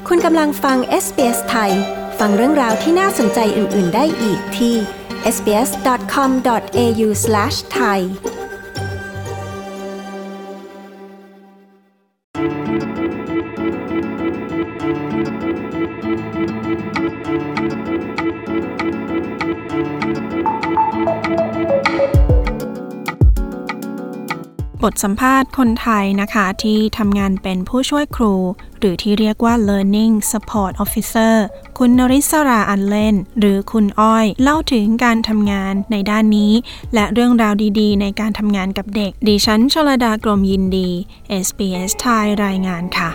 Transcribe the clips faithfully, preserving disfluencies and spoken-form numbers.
คุณกำลังฟัง เอส บี เอส ไทยฟังเรื่องราวที่น่าสนใจอื่นๆได้อีกที่ เอส บี เอส ดอท คอม ดอท เอ ยู สแลช ไทยบทสัมภาษณ์คนไทยนะคะที่ทำงานเป็นผู้ช่วยครูหรือที่เรียกว่า Learning Support Officer คุณนริศราอันเล่นหรือคุณอ้อยเล่าถึงการทำงานในด้านนี้และเรื่องราวดีๆในการทำงานกับเด็กดิฉันชลดากรมยินดี เอส บี เอส ไทยรายงานค่ะ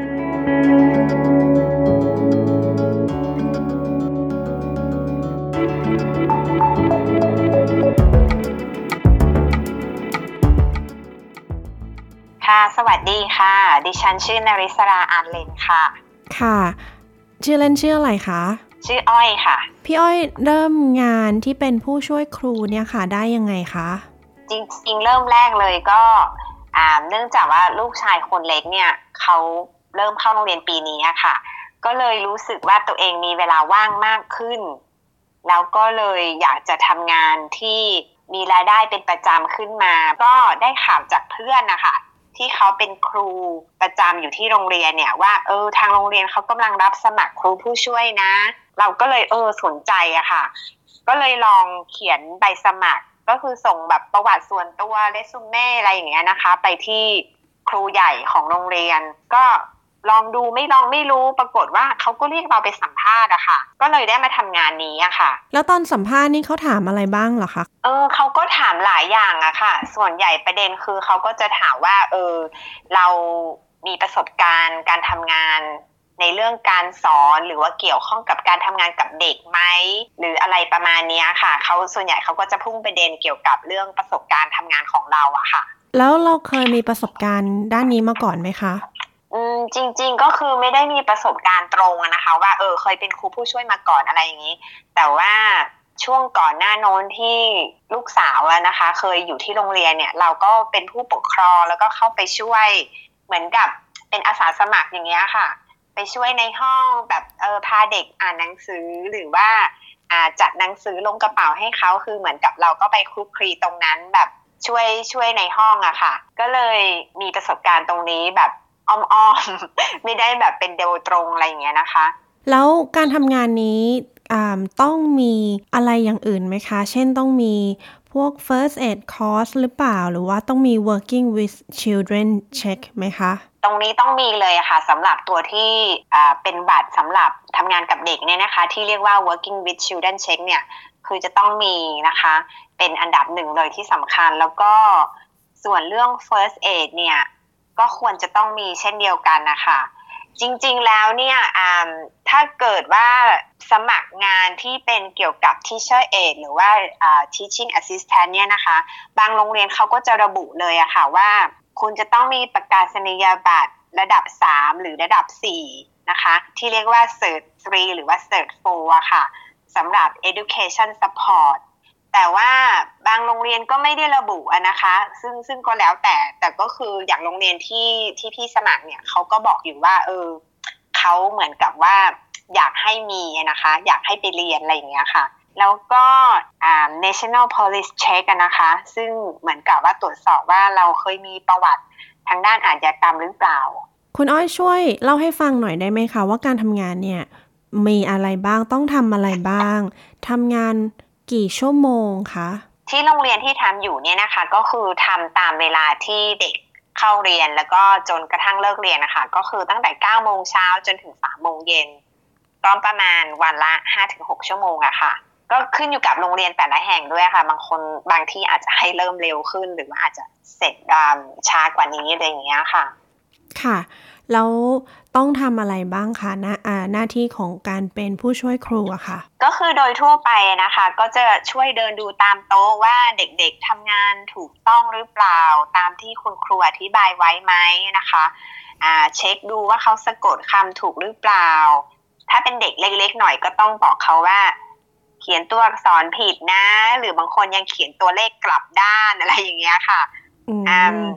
สวัสดีค่ะดิฉันชื่อนริศราอาร์เลนค่ะค่ะชื่อเล่นชื่ออะไรคะชื่ออ้อยค่ะพี่อ้อยเริ่มงานที่เป็นผู้ช่วยครูเนี่ยค่ะได้ยังไงคะจริงๆเริ่มแรกเลยก็อ่าเนื่องจากว่าลูกชายคนเล็กเนี่ยเขาเริ่มเข้าโรงเรียนปีนี้ค่ะก็เลยรู้สึกว่าตัวเองมีเวลาว่างมากขึ้นแล้วก็เลยอยากจะทำงานที่มีรายได้เป็นประจำขึ้นมาก็ได้ข่าวจากเพื่อนนะคะที่เขาเป็นครูประจำอยู่ที่โรงเรียนเนี่ยว่าเออทางโรงเรียนเขากำลังรับสมัครครูผู้ช่วยนะเราก็เลยเออสนใจอะค่ะก็เลยลองเขียนใบสมัครก็คือส่งแบบประวัติส่วนตัวเรซูเม่อะไรอย่างเงี้ยนะคะไปที่ครูใหญ่ของโรงเรียนก็ลองดูไม่ลองไม่รู้ปรากฏว่าเขาก็เรียกเราไปสัมภาษณ์อะค่ะก็เลยได้มาทำงานนี้อะค่ะแล้วตอนสัมภาษณ์นี่เขาถามอะไรบ้างเหรอคะเออเขาก็ถามหลายอย่างอะค่ะส่วนใหญ่ประเด็นคือเขาก็จะถามว่าเออเรามีประสบการณ์การทำงานในเรื่องการสอนหรือว่าเกี่ยวข้องกับการทำงานกับเด็กไหมหรืออะไรประมาณนี้ค่ะเขาส่วนใหญ่เขาก็จะพุ่งประเด็นเกี่ยวกับเรื่องประสบการณ์ทำงานของเราอะค่ะแล้วเราเคยมีประสบการณ์ด้านนี้มาก่อนไหมคะอืมจริงๆก็คือไม่ได้มีประสบการณ์ตรงนะคะว่าเออเคยเป็นครูผู้ช่วยมาก่อนอะไรอย่างนี้แต่ว่าช่วงก่อนหน้าโน้นที่ลูกสาวอะนะคะเคยอยู่ที่โรงเรียนเนี่ยเราก็เป็นผู้ปกครองแล้วก็เข้าไปช่วยเหมือนกับเป็นอาสาสมัครอย่างเงี้ยค่ะไปช่วยในห้องแบบเออพาเด็กอ่านหนังสือหรือว่าอ่าจัดหนังสือลงกระเป๋าให้เขาคือเหมือนกับเราก็ไปคลุกคลีตรงนั้นแบบช่วยช่วยในห้องอะค่ะก็เลยมีประสบการณ์ตรงนี้แบบอ้อมๆไม่ได้แบบเป็นโดยตรงอะไรอย่างเงี้ยนะคะแล้วการทำงานนี้ต้องมีอะไรอย่างอื่นไหมคะเช่นต้องมีพวก first aid course หรือเปล่าหรือว่าต้องมี working with children check ไหมคะตรงนี้ต้องมีเลยค่ะสำหรับตัวที่เป็นบัตรสำหรับทำงานกับเด็กเนี่ยนะคะที่เรียกว่า working with children check เนี่ยคือจะต้องมีนะคะเป็นอันดับหนึ่งเลยที่สำคัญแล้วก็ส่วนเรื่อง first aid เนี่ยก็ควรจะต้องมีเช่นเดียวกันนะคะจริงๆแล้วเนี่ยถ้าเกิดว่าสมัครงานที่เป็นเกี่ยวกับ teacher aide หรือว่า teaching assistant เนี่ยนะคะบางโรงเรียนเขาก็จะระบุเลยอะค่ะว่าคุณจะต้องมีประกาศนียบัตรระดับสามหรือระดับสี่นะคะที่เรียกว่า Cert สามหรือว่า Cert สี่อะค่ะสำหรับ education supportแต่ว่าบางโรงเรียนก็ไม่ได้ระบุนะคะซึ่งซึ่งก็แล้วแต่แต่ก็คืออย่างโรงเรียนที่ที่พี่สมัครเนี่ยเขาก็บอกอยู่ว่าเออเขาเหมือนกับว่าอยากให้มีนะคะอยากให้ไปเรียนอะไรอย่างเงี้ยค่ะแล้วก็อ่า national police check นะคะซึ่งเหมือนกับว่าตรวจสอบว่าเราเคยมีประวัติทางด้านอาชญากรรมหรือเปล่าคุณอ้อยช่วยเล่าให้ฟังหน่อยได้ไหมคะว่าการทำงานเนี่ยมีอะไรบ้างต้องทำอะไรบ้างทำงานกี่ชั่วโมงคะที่โรงเรียนที่ทำอยู่เนี่ยนะคะก็คือทำตามเวลาที่เด็กเข้าเรียนแล้วก็จนกระทั่งเลิกเรียนนะคะก็คือตั้งแต่เก้าโมงเช้าจนถึงสามโมงเย็นก็ประมาณวันละ ห้าถึงหก ชั่วโมงอะค่ะก็ขึ้นอยู่กับโรงเรียนแต่ละแห่งด้วยค่ะบางคนบางที่อาจจะให้เริ่มเร็วขึ้นหรือว่าอาจจะเสร็จช้ากว่านี้อะไรอย่างเงี้ยค่ะค่ะแล้วต้องทำอะไรบ้างคะหน้าอ่าหน้าที่ของการเป็นผู้ช่วยครูอะค่ะก็คือโดยทั่วไปนะคะก็จะช่วยเดินดูตามโต๊ะว่าเด็กๆทำงานถูกต้องหรือเปล่าตามที่คุณครูอธิบายไว้ไหมนะคะอ่าเช็คดูว่าเขาสะกดคำถูกหรือเปล่าถ้าเป็นเด็กเล็กๆหน่อยก็ต้องบอกเขาว่าเขียนตัวอักษรผิดนะหรือบางคนยังเขียนตัวเลขกลับด้านอะไรอย่างเงี้ยค่ะอืม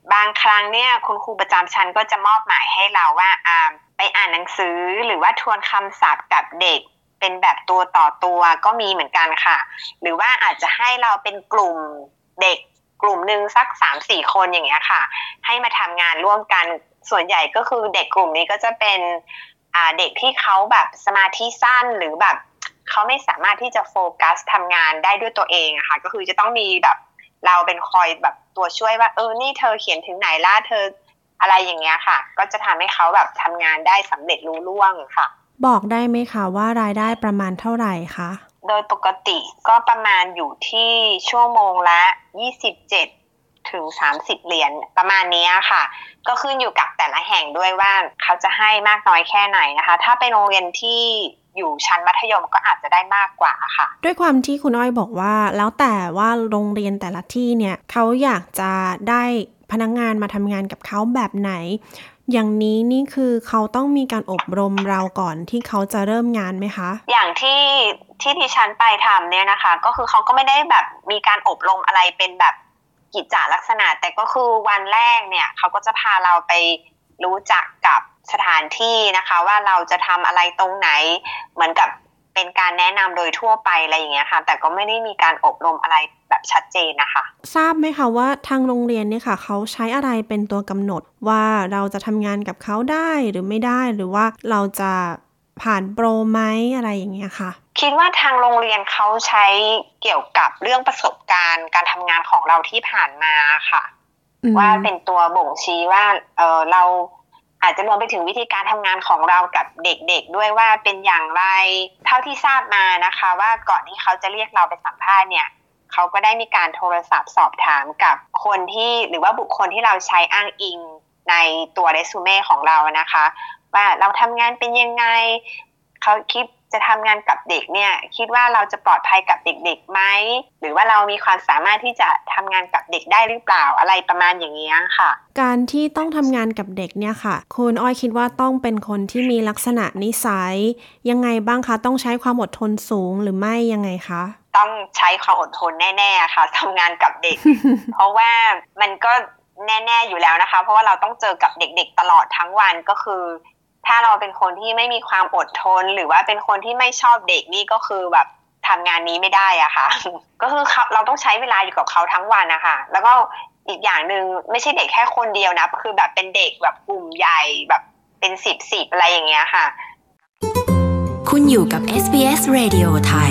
บางครั้งเนี่ยคุณครูประจำชั้นก็จะมอบหมายให้เราว่าอ่าไปอ่านหนังสือหรือว่าทวนคำศัพท์กับเด็กเป็นแบบตัวต่อตัวก็มีเหมือนกันค่ะหรือว่าอาจจะให้เราเป็นกลุ่มเด็กกลุ่มหนึ่งสัก สามสี่ คนอย่างเงี้ยค่ะให้มาทำงานร่วมกันส่วนใหญ่ก็คือเด็กกลุ่มนี้ก็จะเป็นอ่าเด็กที่เขาแบบสมาธิสั้นหรือแบบเขาไม่สามารถที่จะโฟกัสทำงานได้ด้วยตัวเองอะค่ะก็คือจะต้องมีแบบเราเป็นคอยแบบตัวช่วยว่าเออนี่เธอเขียนถึงไหนล่ะเธออะไรอย่างเงี้ยค่ะก็จะทำให้เขาแบบทำงานได้สำเร็จรุ่ล่วงค่ะบอกได้ไหมคะว่ารายได้ประมาณเท่าไหร่คะโดยปกติก็ประมาณอยู่ที่ชั่วโมงละยี่สิบเจ็ดถึงสามสิบเหรียญประมาณนี้ค่ะก็ขึ้นอยู่กับแต่ละแห่งด้วยว่าเขาจะให้มากน้อยแค่ไหนนะคะถ้าเป็นโรงเรียนที่อยู่ชั้นมัธยมก็อาจจะได้มากกว่าค่ะด้วยความที่คุณอ้อยบอกว่าแล้วแต่ว่าโรงเรียนแต่ละที่เนี่ยเขาอยากจะได้พนักงานมาทำงานกับเขาแบบไหนอย่างนี้นี่คือเขาต้องมีการอบรมเราก่อนที่เขาจะเริ่มงานไหมคะอย่างที่ที่ดิฉันไปทำเนี่ยนะคะก็คือเขาก็ไม่ได้แบบมีการอบรมอะไรเป็นแบบกิจจลักษณะแต่ก็คือวันแรกเนี่ยเขาก็จะพาเราไปรู้จักกับสถานที่นะคะว่าเราจะทำอะไรตรงไหนเหมือนกับเป็นการแนะนำโดยทั่วไปอะไรอย่างเงี้ยค่ะแต่ก็ไม่ได้มีการอบรมอะไรแบบชัดเจนนะคะทราบไหมคะว่าทางโรงเรียนเนี่ยค่ะเขาใช้อะไรเป็นตัวกำหนดว่าเราจะทำงานกับเขาได้หรือไม่ได้หรือว่าเราจะผ่านโปรไหมอะไรอย่างเงี้ยค่ะคิดว่าทางโรงเรียนเขาใช้เกี่ยวกับเรื่องประสบการณ์การทำงานของเราที่ผ่านมาค่ะว่าเป็นตัวบ่งชี้ว่าเออเราอาจจะรวมไปถึงวิธีการทำงานของเรากับเด็กๆด้วยว่าเป็นอย่างไรเท่าที่ทราบมานะคะว่าก่อนที่เขาจะเรียกเราไปสัมภาษณ์เนี่ยเขาก็ได้มีการโทรศัพท์สอบถามกับคนที่หรือว่าบุคคลที่เราใช้อ้างอิงในตัวเรซูเม่ของเรานะคะว่าเราทำงานเป็นยังไงเขาคิดจะทำงานกับเด็กเนี่ยคิดว่าเราจะปลอดภัยกับเด็กๆไหมหรือว่าเรามีความสามารถที่จะทำงานกับเด็กได้หรือเปล่าอะไรประมาณอย่างนี้ค่ะการที่ต้องทำงานกับเด็กเนี่ยค่ะคุณอ้อยคิดว่าต้องเป็นคนที่มีลักษณะนิสัยยังไงบ้างคะต้องใช้ความอดทนสูงหรือไม่ยังไงคะต้องใช้ความอดทนแน่ๆค่ะทำงานกับเด็ก เพราะว่ามันก็แน่ๆอยู่แล้วนะคะเพราะว่าเราต้องเจอกับเด็กๆตลอดทั้งวันก็คือถ้าเราเป็นคนที่ไม่มีความอดทนหรือว่าเป็นคนที่ไม่ชอบเด็กนี่ก็คือแบบทำงานนี้ไม่ได้อะค่ะ ก็คือเราต้องใช้เวลาอยู่กับเขาทั้งวันนะคะแล้วก็อีกอย่างนึงไม่ใช่เด็กแค่คนเดียวนะคือแบบเป็นเด็กแบบกลุ่มใหญ่แบบเป็นสิบสิบอะไรอย่างเงี้ยค่ะคุณอยู่กับ เอส บี เอส Radio ไทย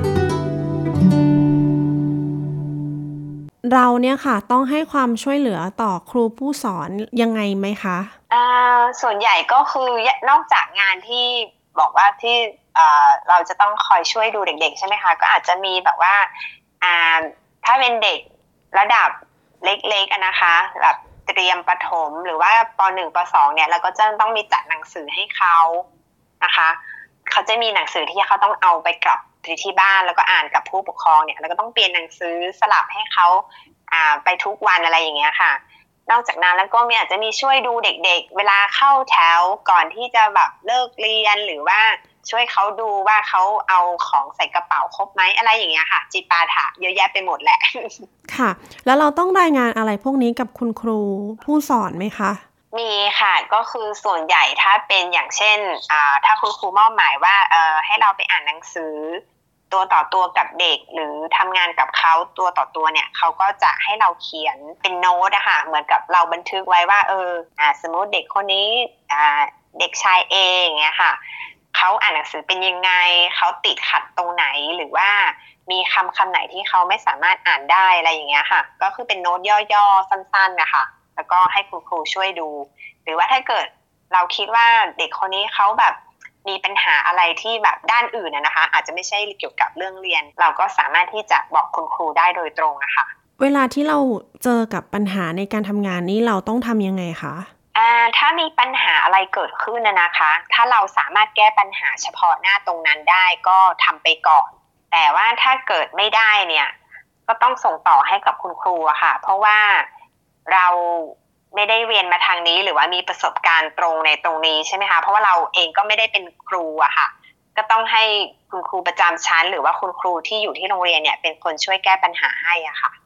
เราเนี่ยค่ะต้องให้ความช่วยเหลือต่อครูผู้สอนยังไงไหมคะอ่าส่วนใหญ่ก็คือนอกจากงานที่บอกว่าที่อ่าเราจะต้องคอยช่วยดูเด็กๆใช่ไหมคะก็อาจจะมีแบบว่าอ่าถ้าเป็นเด็กระดับเล็กๆนะคะแบบเตรียมประถมหรือว่าป.หนึ่ง ป.สอง เนี่ยเราก็จะต้องมีจัดหนังสือให้เขานะคะเขาจะมีหนังสือที่เขาต้องเอาไปกลับที่บ้านแล้วก็อ่านกับผู้ปกครองเนี่ยแล้วก็ต้องเปลี่ยนหนังสือสลับให้เขาอ่าไปทุกวันอะไรอย่างเงี้ยค่ะนอกจากนั้นแล้วก็มีอาจจะมีช่วยดูเด็กๆเวลาเข้าแถวก่อนที่จะแบบเลิกเรียนหรือว่าช่วยเขาดูว่าเขาเอาของใส่กระเป๋าครบไหมอะไรอย่างเงี้ยค่ะจิปาถะเยอะแยะไปหมดแหละค่ะแล้วเราต้องรายงานอะไรพวกนี้กับคุณครูผู้สอนไหมคะมีค่ะก็คือส่วนใหญ่ถ้าเป็นอย่างเช่นอ่าถ้าคุณครูมอบหมายว่าเอ่อให้เราไปอ่านหนังสือตัวต่อตัวกับเด็กหรือทำงานกับเขาตัวต่อตัวเนี่ยเขาก็จะให้เราเขียนเป็นโน้ตอะค่ะเหมือนกับเราบันทึกไว้ว่าเอออ่าสมมติเด็กคนนี้อ่าเด็กชายเออย่างเงี้ยค่ะเขาอ่านหนังสือเป็นยังไงเขาติดขัดตรงไหนหรือว่ามีคำคำไหนที่เขาไม่สามารถอ่านได้อะไรอย่างเงี้ยค่ะก็คือเป็นโน้ตย่อๆสั้นๆนะคะแล้วก็ให้คุณครูช่วยดูหรือว่าถ้าเกิดเราคิดว่าเด็กคนนี้เขาแบบมีปัญหาอะไรที่แบบด้านอื่นนะคะอาจจะไม่ใช่เกี่ยวกับเรื่องเรียนเราก็สามารถที่จะบอกคุณครูได้โดยตรงนะคะเวลาที่เราเจอกับปัญหาในการทำงานนี้เราต้องทำยังไงคะอ่าถ้ามีปัญหาอะไรเกิดขึ้นนะนะคะถ้าเราสามารถแก้ปัญหาเฉพาะหน้าตรงนั้นได้ก็ทำไปก่อนแต่ว่าถ้าเกิดไม่ได้เนี่ยก็ต้องส่งต่อให้กับคุณครูอะค่ะเพราะว่าเราไม่ได้เรียนมาทางนี้หรือว่ามีประสบการณ์ตรงในตรงนี้ใช่ไหมคะเพราะว่าเราเองก็ไม่ได้เป็นครูอะค่ะก็ต้องให้คุณครูประจำชั้นหรือว่าคุณครูที่อยู่ที่โรงเรียนเนี่ยเป็นคนช่วยแก้ปัญหาให้อะค่ะ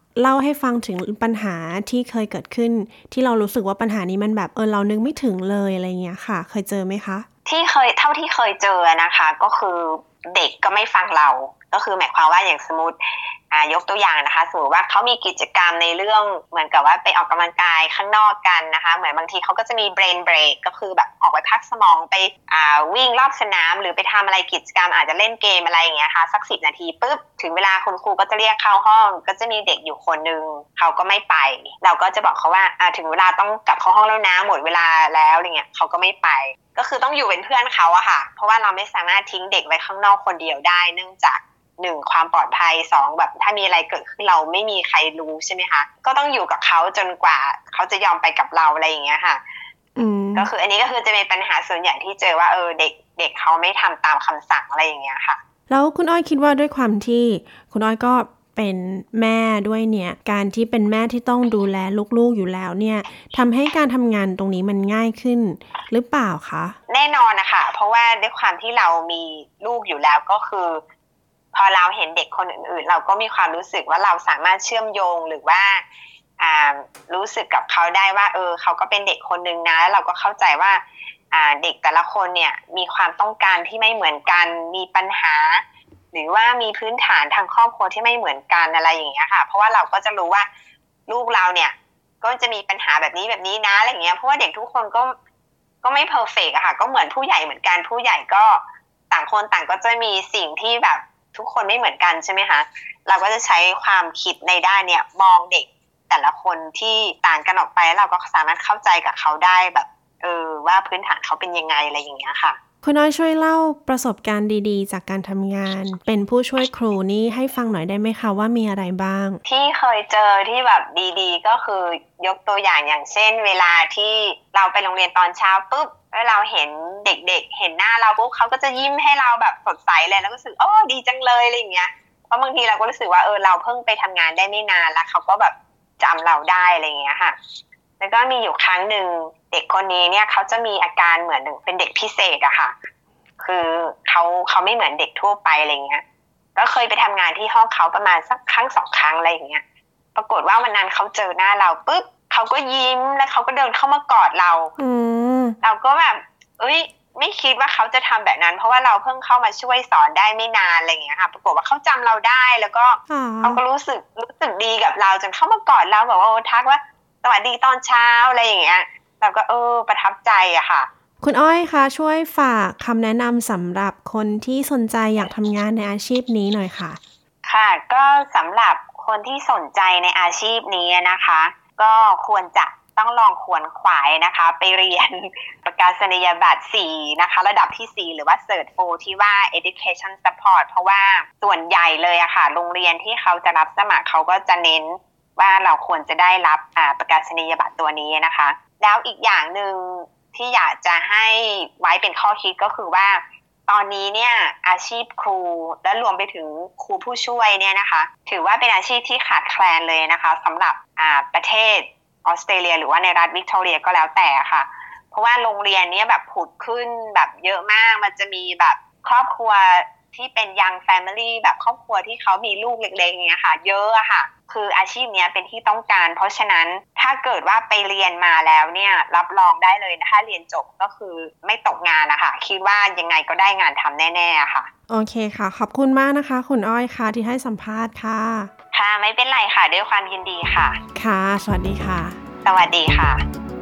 เล่าให้ฟังถึงปัญหาที่เคยเกิดขึ้นที่เรารู้สึกว่าปัญหานี้มันแบบเออเรานึกไม่ถึงเลยอะไรเงี้ยค่ะเคยเจอไหมคะที่เคยเท่าที่เคยเจอนะคะก็คือเด็กก็ไม่ฟังเราก็คือหมายความว่าอย่างสมมติอ่ายกตัวอย่างนะคะสมมติว่าเขามีกิจกรรมในเรื่องเหมือนกับว่าไปออกกำลังกายข้างนอกกันนะคะเหมือนบางทีเขาก็จะมี brain break ก็คือแบบออกไปพักสมองไปอ่าวิ่งรอบสนามหรือไปทำอะไรกิจกรรมอาจจะเล่นเกมอะไรอย่างเงี้ยค่ะสักสิบนาทีปุ๊บถึงเวลาคุณครูก็จะเรียกเข้าห้องก็จะมีเด็กอยู่คนนึงเขาก็ไม่ไปเราก็จะบอกเขาว่าอ่าถึงเวลาต้องกลับเข้าห้องแล้วนะหมดเวลาแล้วอะไรเงี้ยเขาก็ไม่ไปก็คือต้องอยู่เป็นเพื่อนเขาอะค่ะเพราะว่าเราไม่สามารถทิ้งเด็กไว้ข้างนอกคนเดียวได้เนื่องจากหนึ่งความปลอดภัยสองแบบถ้ามีอะไรเกิดขึ้นเราไม่มีใครรู้ใช่ไหมคะก็ต้องอยู่กับเขาจนกว่าเขาจะยอมไปกับเราอะไรอย่างเงี้ยค่ะก็คืออันนี้ก็คือจะเป็นปัญหาส่วนใหญ่ที่เจอว่าเออเด็กเด็กเขาไม่ทำตามคำสั่งอะไรอย่างเงี้ยค่ะแล้วคุณอ้อยคิดว่าด้วยความที่คุณอ้อยก็เป็นแม่ด้วยเนี่ยการที่เป็นแม่ที่ต้องดูแลลูกๆอยู่แล้วเนี่ยทำให้การทำงานตรงนี้มันง่ายขึ้นหรือเปล่าคะแน่นอนนะคะเพราะว่าด้วยความที่เรามีลูกอยู่แล้วก็คือพอเราเห็นเด็กคนอื่นๆเราก็มีความรู้สึกว่าเราสามารถเชื่อมโยงหรือว่าอ่ารู้สึกกับเขาได้ว่าเออเขาก็เป็นเด็กคนนึงนะแล้วเราก็เข้าใจว่าอ่าเด็กแต่ละคนเนี่ยมีความต้องการที่ไม่เหมือนกันมีปัญหาหรือว่ามีพื้นฐานทางครอบครัวที่ไม่เหมือนกันอะไรอย่างเงี้ยค่ะเพราะว่าเราก็จะรู้ว่าลูกเราเนี่ยก็จะมีปัญหาแบบนี้แบบนี้นะอะไรอย่างเงี้ยเพราะว่าเด็กทุกคนก็ก็ไม่เพอร์เฟกต์อะค่ะก็เหมือนผู้ใหญ่เหมือนกันผู้ใหญ่ก็ต่างคนต่างก็จะมีสิ่งที่แบบทุกคนไม่เหมือนกันใช่ไหมคะเราก็จะใช้ความคิดในด้านเนี่ยมองเด็กแต่ละคนที่ต่างกันออกไปแล้วเราก็สามารถเข้าใจกับเขาได้แบบเออว่าพื้นฐานเขาเป็นยังไงอะไรอย่างเงี้ยค่ะคุณน้อยช่วยเล่าประสบการณ์ดีๆจากการทำงานเป็นผู้ช่วยครูนี่ให้ฟังหน่อยได้ไหมคะว่ามีอะไรบ้างที่เคยเจอที่แบบดีๆก็คือยกตัวอย่างอย่างเช่นเวลาที่เราไปโรงเรียนตอนเช้าปุ๊บแล้วเราเห็นเด็กๆเห็นหน้าเราปุ๊บเขาก็จะยิ้มให้เราแบบสดใสเลยแล้วก็รู้สึกโอ้ดีจังเลยอะไรอย่างเงี้ยเพราะบางทีเราก็รู้สึกว่าเออเราเพิ่งไปทำงานได้ไม่นานแล้วเขาก็แบบจำเราได้อะไรอย่างเงี้ยค่ะแล้วก็มีอยู่ครั้งหนึ่งเด็กคนนี้เนี่ยเขาจะมีอาการเหมือนเป็นเด็กพิเศษอะค่ะคือเขาเขาไม่เหมือนเด็กทั่วไปอะไรเงี้ยก็เคยไปทำงานที่ห้องเขาประมาณสักครั้งสองครั้งอะไรอย่างเงี้ยปรากฏว่าวันนั้นเขาเจอหน้าเราปุ๊บเขาก็ยิ้มแล้วเขาก็เดินเข้ามากอดเราเราก็แบบเอ้ยไม่คิดว่าเขาจะทำแบบนั้นเพราะว่าเราเพิ่งเข้ามาช่วยสอนได้ไม่นานอะไรอย่างเงี้ยค่ะปรากฏว่าเขาจำเราได้แล้วก็เขาก็รู้สึกรู้สึกดีกับเราจนเข้ามากอดเราบอกว่าทักว่าสวัสดีตอนเช้าอะไรอย่างเงี้ยเราก็เออประทับใจอะค่ะคุณอ้อยคะช่วยฝากคำแนะนำสำหรับคนที่สนใจอยากทำงานในอาชีพนี้หน่อยค่ะค่ะก็สำหรับคนที่สนใจในอาชีพนี้นะคะก็ควรจะต้องลองขวนขวายนะคะไปเรียนประกาศนียบัตรสี่นะคะระดับที่สี่หรือว่า เซิร์ต โฟร์ ที่ว่า Education Support เพราะว่าส่วนใหญ่เลยอะค่ะโรงเรียนที่เขาจะรับสมัครเขาก็จะเน้นว่าเราควรจะได้รับประกาศนียบัตรตัวนี้นะคะแล้วอีกอย่างหนึ่งที่อยากจะให้ไว้เป็นข้อคิดก็คือว่าตอนนี้เนี่ยอาชีพครูและรวมไปถึงครูผู้ช่วยเนี่ยนะคะถือว่าเป็นอาชีพที่ขาดแคลนเลยนะคะสำหรับประเทศออสเตรเลียหรือว่าในรัฐวิกตอเรียก็แล้วแต่ค่ะเพราะว่าโรงเรียนเนี่ยแบบผุดขึ้นแบบเยอะมากมันจะมีแบบครอบครัวที่เป็น young family แบบครอบครัวที่เขามีลูกเล็กๆอย่างเงี้ยค่ะเยอะอะค่ะคืออาชีพนี้เป็นที่ต้องการเพราะฉะนั้นถ้าเกิดว่าไปเรียนมาแล้วเนี่ยรับรองได้เลยนะถ้าเรียนจบก็คือไม่ตกงานนะคะคิดว่ายังไงก็ได้งานทำแน่ๆค่ะโอเคค่ะขอบคุณมากนะคะคุณอ้อยค่ะที่ให้สัมภาษณ์ค่ะค่ะไม่เป็นไรค่ะด้วยความยินดีค่ะค่ะสวัสดีค่ะสวัสดีค่ะ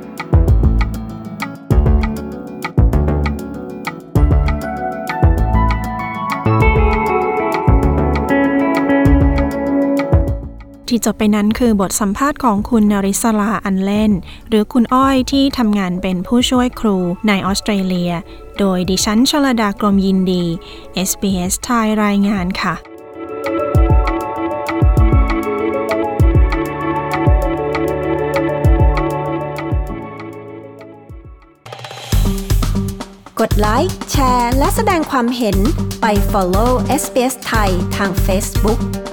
ที่จบไปนั้นคือบทสัมภาษณ์ของคุณนริศราอันเล่นหรือคุณอ้อยที่ทำงานเป็นผู้ช่วยครูในออสเตรเลียโดยดิฉันชลดากรมยินดี เอส บี เอส ไทยรายงานค่ะกดไลค์แชร์และแสดงความเห็นไป follow เอส บี เอส ไทยทาง Facebook